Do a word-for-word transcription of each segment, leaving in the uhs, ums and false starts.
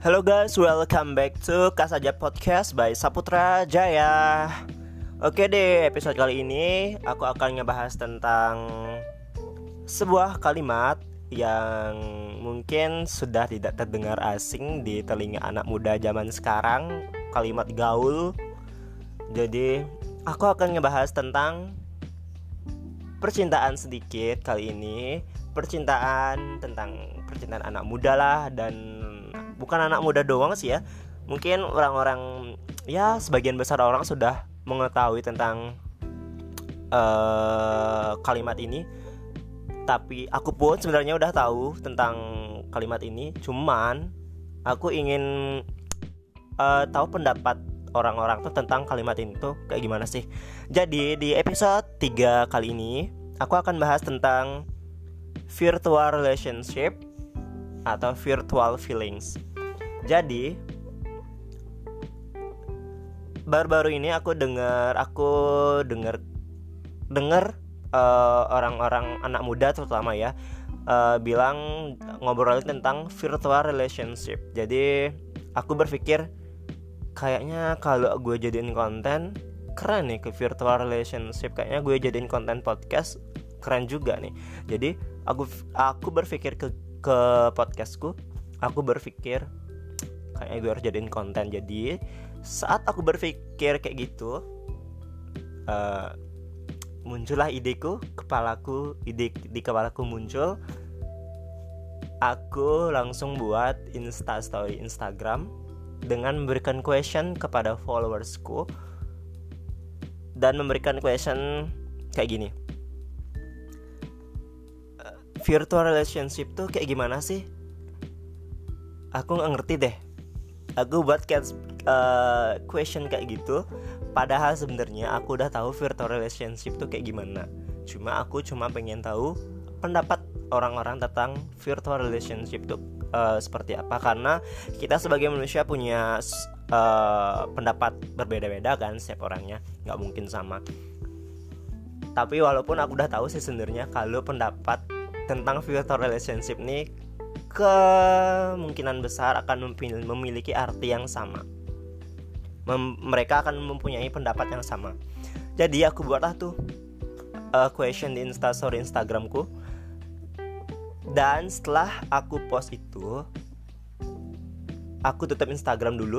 Halo guys, welcome back to Kasaja Podcast by Saputra Jaya. Oke deh, episode kali ini aku akan ngebahas tentang sebuah kalimat yang mungkin sudah tidak terdengar asing di telinga anak muda zaman sekarang. Kalimat gaul. Jadi aku akan ngebahas tentang percintaan sedikit kali ini. Percintaan, tentang percintaan anak muda lah. Dan bukan anak muda doang sih ya. Mungkin orang-orang, ya sebagian besar orang sudah mengetahui tentang uh, kalimat ini. Tapi aku pun sebenarnya udah tahu tentang kalimat ini. Cuman aku ingin uh, tahu pendapat orang-orang tuh tentang kalimat ini tuh kayak gimana sih. Jadi di episode tiga kali ini aku akan bahas tentang virtual relationship atau virtual feelings. Jadi baru-baru ini aku dengar aku dengar dengar uh, orang-orang anak muda terutama ya uh, bilang ngobrolin tentang virtual relationship. Jadi aku berpikir kayaknya kalau gue jadiin konten keren nih ke virtual relationship, kayaknya gue jadiin konten podcast keren juga nih. Jadi aku aku berpikir ke ke podcastku, aku berpikir kayaknya gue harus jadiin konten. Jadi saat aku berpikir kayak gitu, uh, muncullah ideku, kepalaku, ide di kepalaku muncul. Aku langsung buat Insta Story Instagram dengan memberikan question kepada followersku dan memberikan question kayak gini. Virtual relationship tuh kayak gimana sih? Aku gak ngerti deh. Aku buat kayak uh, question kayak gitu. Padahal sebenarnya aku udah tahu virtual relationship tuh kayak gimana. Cuma aku cuma pengen tahu pendapat orang-orang tentang virtual relationship tuh uh, seperti apa. Karena kita sebagai manusia punya uh, pendapat berbeda-beda kan, setiap orangnya gak mungkin sama. Tapi walaupun aku udah tahu sih sebenarnya kalau pendapat tentang virtual relationship nih kemungkinan besar akan memiliki arti yang sama. Mem- mereka akan mempunyai pendapat yang sama. Jadi aku buatlah tuh uh, question di Instastory Instagramku. Dan setelah aku post itu, aku tutup Instagram dulu.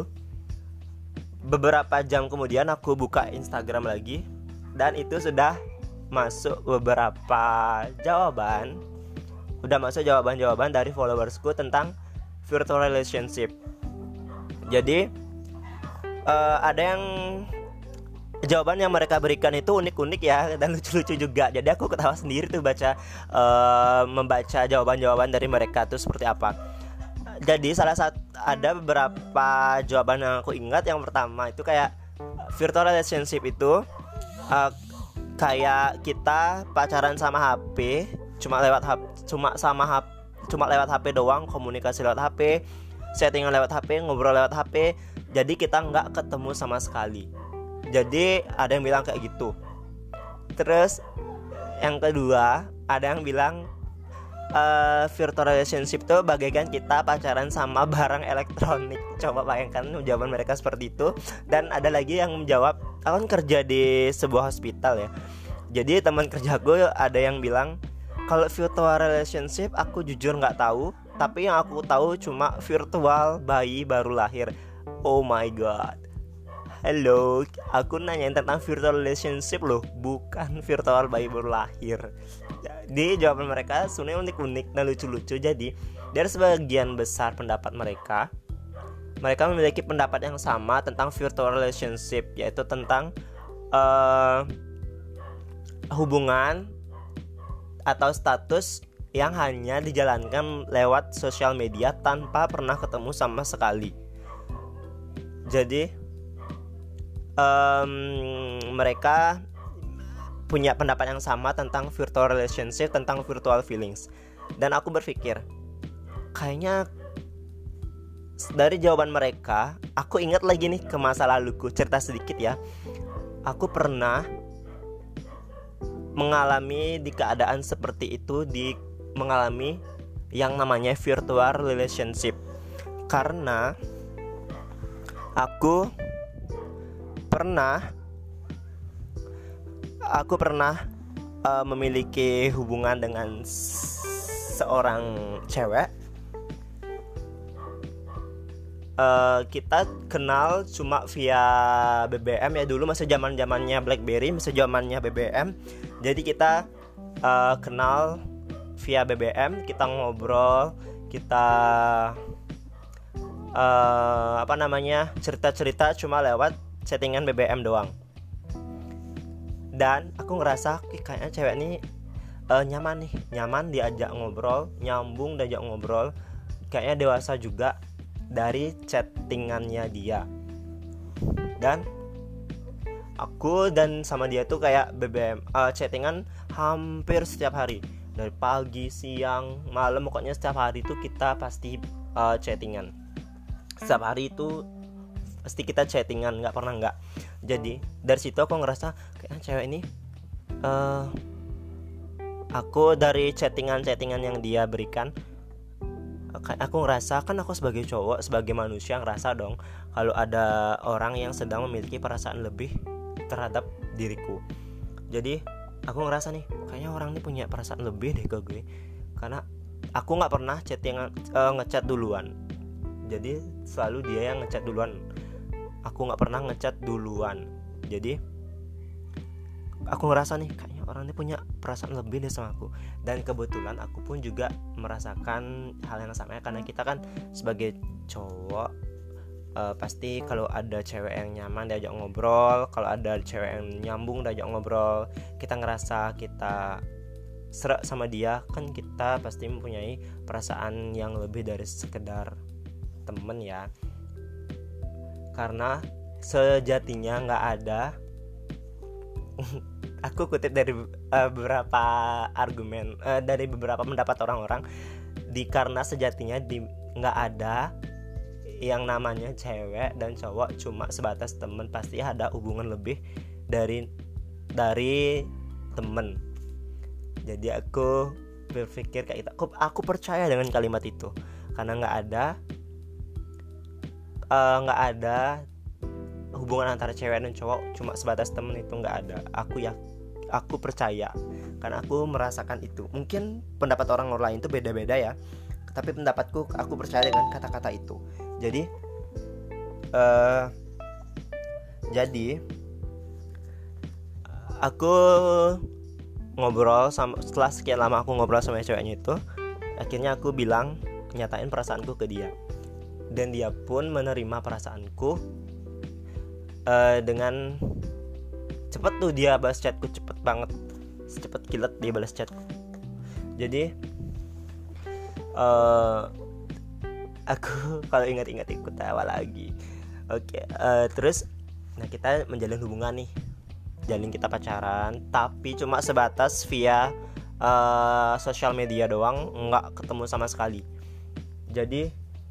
Beberapa jam kemudian aku buka Instagram lagi, dan itu sudah masuk beberapa jawaban. Udah masuk jawaban-jawaban dari followersku tentang virtual relationship. Jadi uh, ada yang jawaban yang mereka berikan itu unik-unik ya, dan lucu-lucu juga. Jadi aku ketawa sendiri tuh baca uh, membaca jawaban-jawaban dari mereka tuh seperti apa. Jadi salah satu ada beberapa jawaban yang aku ingat. Yang pertama itu kayak virtual relationship itu uh, kayak kita pacaran sama H P, cuma lewat H P, cuma sama H P, cuma lewat H P doang, komunikasi lewat H P, settingan lewat H P, ngobrol lewat H P. Jadi kita nggak ketemu sama sekali. Jadi ada yang bilang kayak gitu. Terus yang kedua ada yang bilang uh, virtual relationship tuh bagaikan kita pacaran sama barang elektronik. Coba bayangkan jawaban mereka seperti itu. Dan ada lagi yang menjawab, aku kan kerja di sebuah hospital ya. Jadi teman kerjaku ada yang bilang, kalau virtual relationship aku jujur gak tahu, tapi yang aku tahu cuma virtual bayi baru lahir. Oh my god. Halo, aku nanyain tentang virtual relationship loh, bukan virtual bayi baru lahir. Jadi jawaban mereka sebenarnya unik-unik dan lucu-lucu. Jadi dari sebagian besar pendapat mereka, mereka memiliki pendapat yang sama tentang virtual relationship, yaitu tentang uh, hubungan atau status yang hanya dijalankan lewat sosial media tanpa pernah ketemu sama sekali. Jadi um, mereka punya pendapat yang sama tentang virtual relationship, tentang virtual feelings. Dan aku berpikir kayaknya dari jawaban mereka, aku ingat lagi nih ke masa laluku. Cerita sedikit ya. Aku pernah mengalami di keadaan seperti itu, di mengalami yang namanya virtual relationship. Karena aku pernah aku pernah uh, memiliki hubungan dengan seorang cewek. Uh, kita kenal cuma via B B M ya, dulu masih zaman zamannya BlackBerry, masih zamannya B B M. Jadi kita uh, kenal via B B M, kita ngobrol, kita uh, apa namanya cerita-cerita cuma lewat chattingan B B M doang. Dan aku ngerasa kayaknya cewek ini uh, nyaman nih, nyaman diajak ngobrol, nyambung diajak ngobrol, kayaknya dewasa juga dari chattingannya dia. Dan aku dan sama dia tuh kayak B B M uh, chattingan hampir setiap hari, dari pagi, siang, malam, pokoknya setiap hari tuh kita pasti uh, chattingan. Setiap hari itu pasti kita chattingan, nggak pernah nggak. Jadi dari situ aku ngerasa kayaknya cewek ini uh, aku dari chattingan-chattingan yang dia berikan, aku ngerasa, kan aku sebagai cowok, sebagai manusia ngerasa dong kalau ada orang yang sedang memiliki perasaan lebih terhadap diriku. Jadi aku ngerasa nih kayaknya orang ini punya perasaan lebih deh ke gue, karena aku nggak pernah chatting uh, ngechat duluan. Jadi selalu dia yang ngechat duluan, aku nggak pernah ngechat duluan. Jadi aku ngerasa nih kayaknya orang ini punya perasaan lebih deh sama aku. Dan kebetulan aku pun juga merasakan hal yang sama ya, karena kita kan sebagai cowok uh, pasti kalau ada cewek yang nyaman diajak ngobrol, kalau ada cewek yang nyambung diajak ngobrol, kita ngerasa kita serak sama dia, kan kita pasti mempunyai perasaan yang lebih dari sekedar temen ya. Karena sejatinya nggak ada aku kutip dari uh, beberapa argumen uh, dari beberapa pendapat orang-orang, di karena sejatinya di nggak ada yang namanya cewek dan cowok cuma sebatas temen, pasti ada hubungan lebih dari dari temen. Jadi aku berpikir kayak itu, aku, aku percaya dengan kalimat itu, karena nggak ada nggak uh, ada hubungan antara cewek dan cowok cuma sebatas temen, itu nggak ada. Aku ya aku percaya karena aku merasakan itu. Mungkin pendapat orang lain itu beda-beda ya, tapi pendapatku, aku percaya dengan kata-kata itu. Jadi uh, jadi aku ngobrol sama, setelah sekian lama aku ngobrol sama ceweknya itu, akhirnya aku bilang, nyatain perasaanku ke dia, dan dia pun menerima perasaanku. Uh, dengan cepet tuh dia balas chatku, cepet banget, cepet kilat dia balas chatku. Jadi uh, aku kalau ingat-ingat ikut tawa lagi. Oke, okay, uh, terus nah kita menjalin hubungan nih, jalin kita pacaran, tapi cuma sebatas via uh, sosial media doang, nggak ketemu sama sekali. Jadi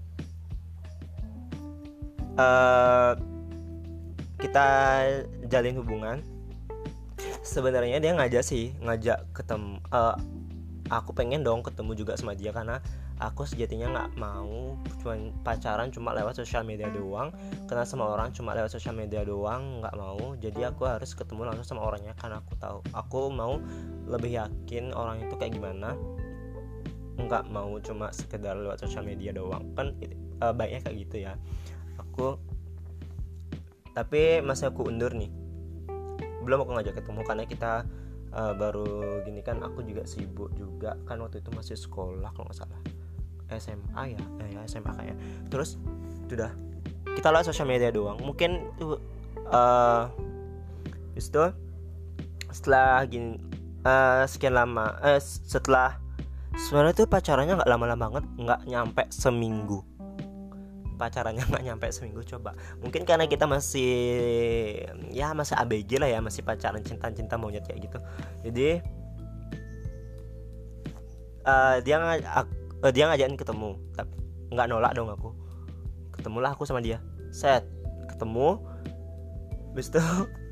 uh, kita jalin hubungan. Sebenarnya dia ngajak sih, ngajak ketemu. Uh, aku pengen dong ketemu juga sama dia, karena aku sejatinya nggak mau cuma pacaran cuma lewat sosial media doang, kenal sama orang cuma lewat sosial media doang, nggak mau. Jadi aku harus ketemu langsung sama orangnya, karena aku tahu, aku mau lebih yakin orang itu kayak gimana, nggak mau cuma sekedar lewat sosial media doang. Kan uh, baiknya kayak gitu ya. Aku tapi masih aku undur nih, belum aku ngajak ketemu karena kita uh, baru gini kan, aku juga sibuk juga kan, waktu itu masih sekolah kalau nggak salah, S M A ya, eh, ya S M A kayaknya. Terus sudah kita lewat sosial media doang, mungkin uh, itu setelah gini uh, sekian lama, uh, setelah sebenarnya tuh pacarannya nggak lama-lama banget, nggak nyampe seminggu. Pacarannya nggak nyampe seminggu, coba. Mungkin karena kita masih ya masih A B G lah ya, masih pacaran cinta-cinta monyet kayak gitu. Jadi uh, dia ngaj- uh, dia ngajakin ketemu, tapi nggak nolak dong aku. Ketemulah aku sama dia, set ketemu. Habis itu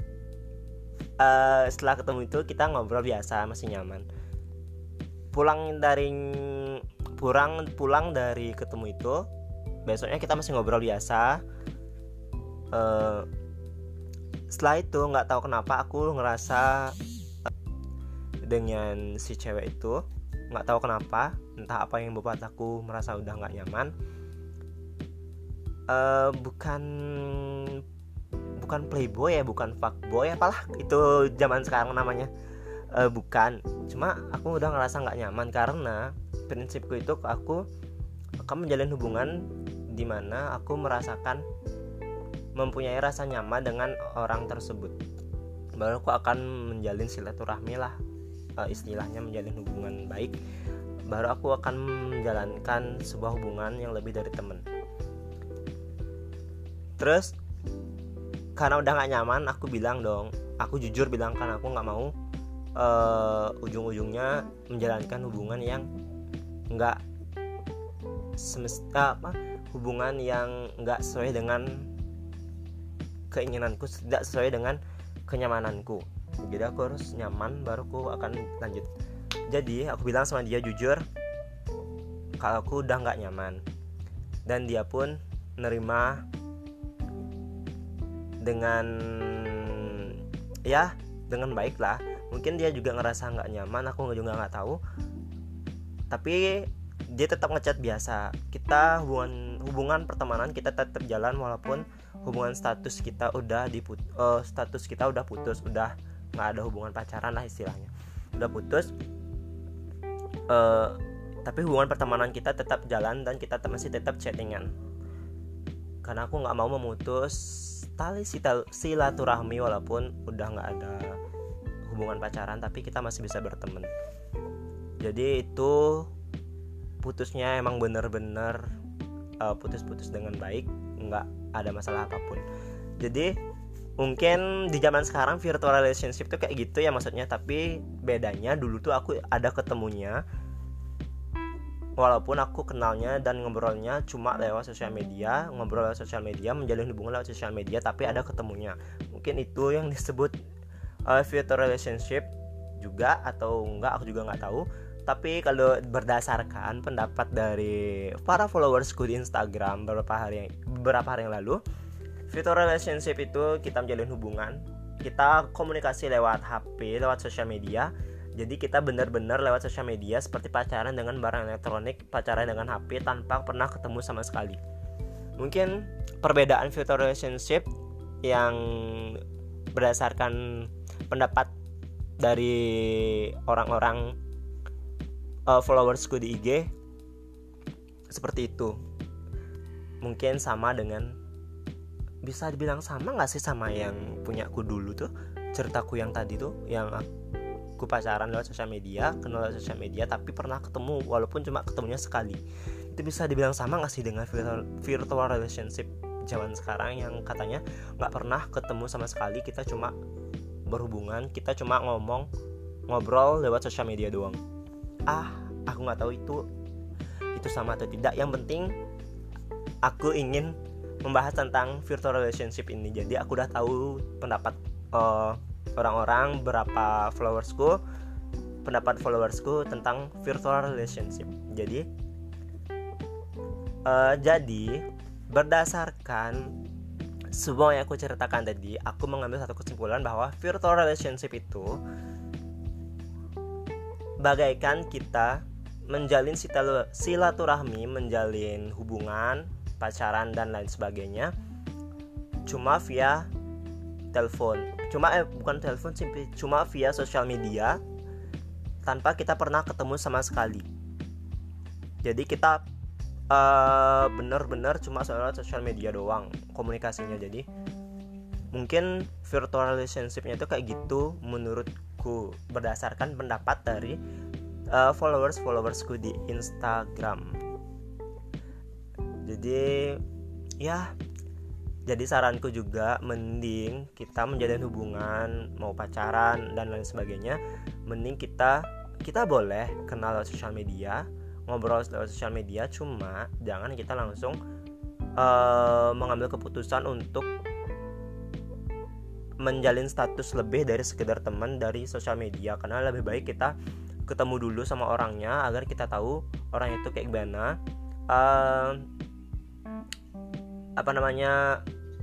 uh, setelah ketemu itu kita ngobrol biasa, masih nyaman. Pulang dari pulang pulang dari ketemu itu, besoknya kita masih ngobrol biasa. uh, Setelah itu nggak tahu kenapa aku ngerasa dengan si cewek itu, nggak tahu kenapa, entah apa yang membuat aku merasa udah nggak nyaman. uh, bukan bukan playboy ya, bukan fuckboy, apalah itu zaman sekarang namanya. uh, bukan, cuma aku udah ngerasa nggak nyaman karena prinsipku itu aku akan menjalin hubungan di mana aku merasakan mempunyai rasa nyaman dengan orang tersebut, baru aku akan menjalin silaturahmi lah, uh, istilahnya menjalin hubungan baik, baru aku akan menjalankan sebuah hubungan yang lebih dari teman. Terus karena udah gak nyaman, aku bilang dong, aku jujur bilang karena aku gak mau uh, ujung-ujungnya menjalankan hubungan yang gak semesta apa hubungan yang gak sesuai dengan keinginanku, tidak sesuai dengan kenyamananku. Jadi aku harus nyaman baru aku akan lanjut. Jadi aku bilang sama dia jujur kalau aku udah gak nyaman, dan dia pun nerima dengan ya dengan baik lah. Mungkin dia juga ngerasa nggak nyaman, aku juga nggak tahu, tapi dia tetap ngechat biasa. Kita hubungan hubungan pertemanan kita tetap jalan walaupun hubungan status kita udah diput uh, status kita udah putus, udah nggak ada hubungan pacaran lah istilahnya, udah putus. Uh, tapi hubungan pertemanan kita tetap jalan dan kita masih tetap chattingan karena aku nggak mau memutus tali silaturahmi walaupun udah nggak ada hubungan pacaran, tapi kita masih bisa berteman. Jadi itu putusnya emang bener-bener uh, putus-putus dengan baik, nggak ada masalah apapun. Jadi mungkin di zaman sekarang virtual relationship tuh kayak gitu ya maksudnya, tapi bedanya dulu tuh aku ada ketemunya walaupun aku kenalnya dan ngobrolnya cuma lewat sosial media, ngobrol lewat sosial media, menjalin hubungan lewat sosial media, tapi ada ketemunya. Mungkin itu yang disebut uh, virtual relationship juga atau enggak, aku juga nggak tahu. Tapi kalau berdasarkan pendapat dari para followersku di Instagram beberapa hari yang, beberapa hari yang lalu, virtual relationship itu kita menjalin hubungan, kita komunikasi lewat H P, lewat sosial media. Jadi kita benar-benar lewat sosial media seperti pacaran dengan barang elektronik, pacaran dengan H P tanpa pernah ketemu sama sekali. Mungkin perbedaan virtual relationship yang berdasarkan pendapat dari orang-orang uh, followersku di I G seperti itu. Mungkin sama dengan, bisa dibilang sama gak sih sama yang punya aku dulu tuh, ceritaku yang tadi tuh, yang aku pacaran lewat sosial media, kenal lewat sosial media, tapi pernah ketemu walaupun cuma ketemunya sekali. Itu bisa dibilang sama gak sih dengan virtual, virtual relationship zaman sekarang yang katanya gak pernah ketemu sama sekali, kita cuma berhubungan, kita cuma ngomong, ngobrol lewat sosial media doang. Ah, aku gak tahu itu itu sama atau tidak. Yang penting aku ingin membahas tentang virtual relationship ini. Jadi aku udah tahu pendapat uh, orang-orang, berapa followersku, pendapat followersku tentang virtual relationship. Jadi uh, jadi berdasarkan semua yang aku ceritakan tadi, aku mengambil satu kesimpulan bahwa virtual relationship itu bagaikan kita menjalin silaturahmi, menjalin hubungan, pacaran dan lain sebagainya, cuma via telepon, cuma eh bukan telepon sih, cuma via sosial media tanpa kita pernah ketemu sama sekali. Jadi kita uh, benar-benar cuma lewat sosial media doang komunikasinya. Jadi mungkin virtual relationship-nya itu kayak gitu menurutku, berdasarkan pendapat dari uh, followers-followersku di Instagram. Jadi ya, jadi saranku juga mending kita menjalin hubungan, mau pacaran dan lain sebagainya, mending kita kita boleh kenal lewat sosial media, ngobrol lewat sosial media, cuma jangan kita langsung uh, mengambil keputusan untuk menjalin status lebih dari sekedar teman dari sosial media. Karena lebih baik kita ketemu dulu sama orangnya agar kita tahu orang itu kayak gimana. Uh, apa namanya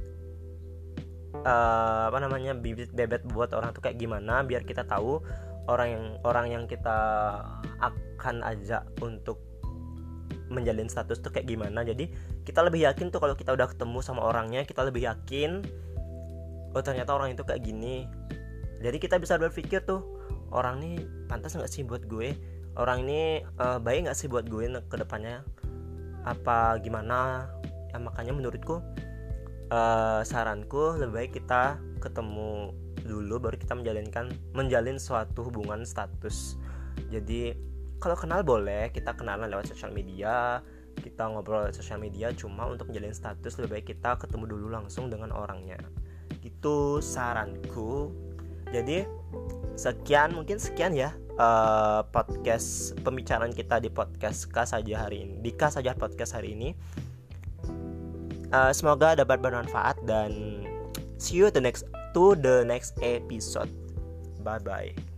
uh, apa namanya bibit bebet buat orang tuh kayak gimana, biar kita tahu orang yang orang yang kita akan ajak untuk menjalin status tuh kayak gimana. Jadi kita lebih yakin tuh kalau kita udah ketemu sama orangnya, kita lebih yakin oh ternyata orang itu kayak gini. Jadi kita bisa berpikir tuh, orang ini pantas nggak sih buat gue, orang ini uh, baik nggak sih buat gue ke depannya, apa gimana ya. Makanya menurutku uh, saranku lebih baik kita ketemu dulu baru kita menjalinkan menjalin suatu hubungan status. Jadi kalau kenal boleh, kita kenalan lewat sosial media, kita ngobrol lewat sosial media, cuma untuk menjalin status lebih baik kita ketemu dulu langsung dengan orangnya. Gitu saranku. Jadi sekian, mungkin sekian ya uh, podcast pembicaraan kita di podcast K saja hari ini, di K saja podcast hari ini. Uh, semoga dapat bermanfaat dan see you the next to the next episode. Bye bye.